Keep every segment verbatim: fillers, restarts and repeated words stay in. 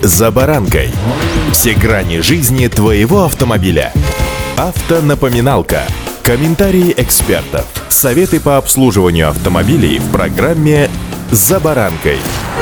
«За баранкой». Все грани жизни твоего автомобиля. Автонапоминалка. Комментарии экспертов. Советы по обслуживанию автомобилей в программе «За баранкой».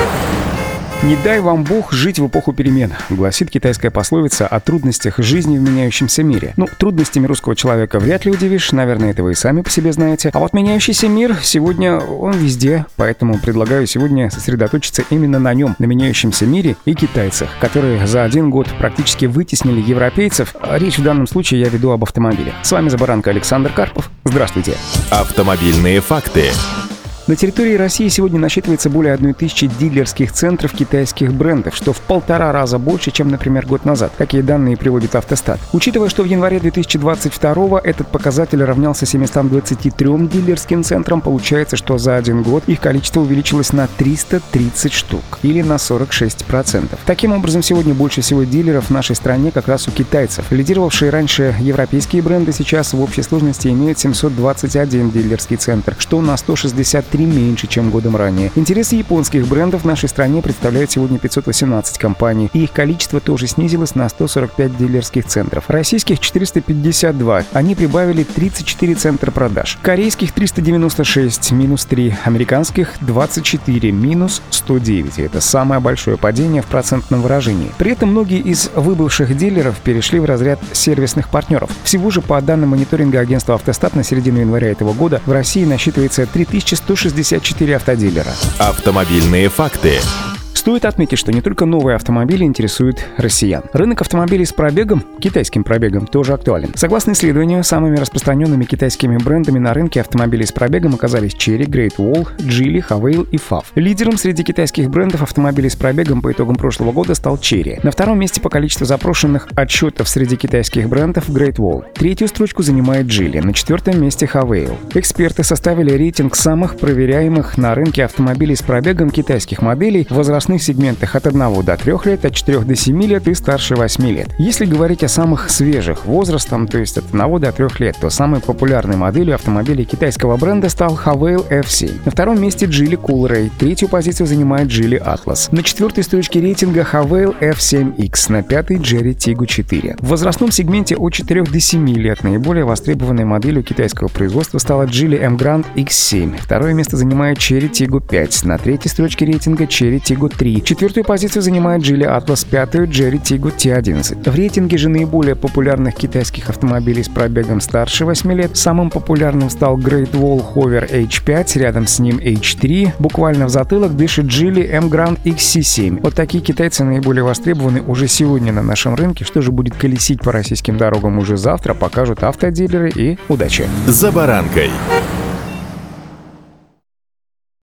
«Не дай вам Бог жить в эпоху перемен», гласит китайская пословица о трудностях жизни в меняющемся мире. Ну, трудностями русского человека вряд ли удивишь, наверное, это вы и сами по себе знаете. А вот меняющийся мир сегодня, он везде, поэтому предлагаю сегодня сосредоточиться именно на нем, на меняющемся мире и китайцах, которые за один год практически вытеснили европейцев. Речь в данном случае я веду об автомобиле. С вами «За баранкой» Александр Карпов. Здравствуйте. Автомобильные факты. На территории России сегодня насчитывается более одной тысячи дилерских центров китайских брендов, что в полтора раза больше, чем, например, год назад. Такие данные приводит Автостат. Учитывая, что в январе две тысячи двадцать второго этот показатель равнялся семистам двадцати трём дилерским центрам, получается, что за один год их количество увеличилось на триста тридцать штук, или на сорок шесть процентов. Таким образом, сегодня больше всего дилеров в нашей стране как раз у китайцев. Лидировавшие раньше европейские бренды сейчас в общей сложности имеют семьсот двадцать один дилерский центр, что на сто шестьдесят три меньше, чем годом ранее. Интересы японских брендов в нашей стране представляют сегодня пятьсот восемнадцать компаний, и их количество тоже снизилось на сто сорок пять дилерских центров. Российских четыреста пятьдесят два, они прибавили тридцать четыре центра продаж. Корейских триста девяносто шесть, минус три. Американских двадцать четыре, минус сто девять. Это самое большое падение в процентном выражении. При этом многие из выбывших дилеров перешли в разряд сервисных партнеров. Всего же, по данным мониторинга агентства «Автостат», на середину января этого года в России насчитывается три тысячи сто шестьдесят четыре автодилера. Автомобильные факты. Стоит отметить, что не только новые автомобили интересуют россиян. Рынок автомобилей с пробегом, китайским пробегом, тоже актуален. Согласно исследованию, самыми распространенными китайскими брендами на рынке автомобилей с пробегом оказались Chery, Great Wall, Geely, Havail и фав. Лидером среди китайских брендов автомобилей с пробегом по итогам прошлого года стал Chery. На втором месте по количеству запрошенных отчетов среди китайских брендов Great Wall. Третью строчку занимает Geely, на четвертом месте Havail. Эксперты составили рейтинг самых проверяемых на рынке автомобилей с пробегом китайских моделей в возрастных сегментах от одного до трёх лет, от четырёх до семи лет и старше восьми лет. Если говорить о самых свежих возрастом, то есть от одного до трёх лет, то самой популярной моделью автомобилей китайского бренда стал Havail эф семь. На втором месте Geely Coolray, третью позицию занимает Geely Atlas. На четвертой строчке рейтинга Havail эф семь икс, на пятой Chery Tiggo четыре. В возрастном сегменте от четырёх до семи лет наиболее востребованной моделью китайского производства стала Geely Emgrand икс семь. Второе место занимает Chery Tiggo пять, на третьей строчке рейтинга Chery Tiggo три. Четвертую позицию занимает Geely Atlas, пятую Chery Tiggo ти одиннадцать. В рейтинге же наиболее популярных китайских автомобилей с пробегом старше восьми лет самым популярным стал Great Wall Hover эйч пять, рядом с ним эйч три. Буквально в затылок дышит Geely Emgrand икс си семь. Вот такие китайцы наиболее востребованы уже сегодня на нашем рынке. Что же будет колесить по российским дорогам уже завтра, покажут автодилеры, и удачи. «За баранкой».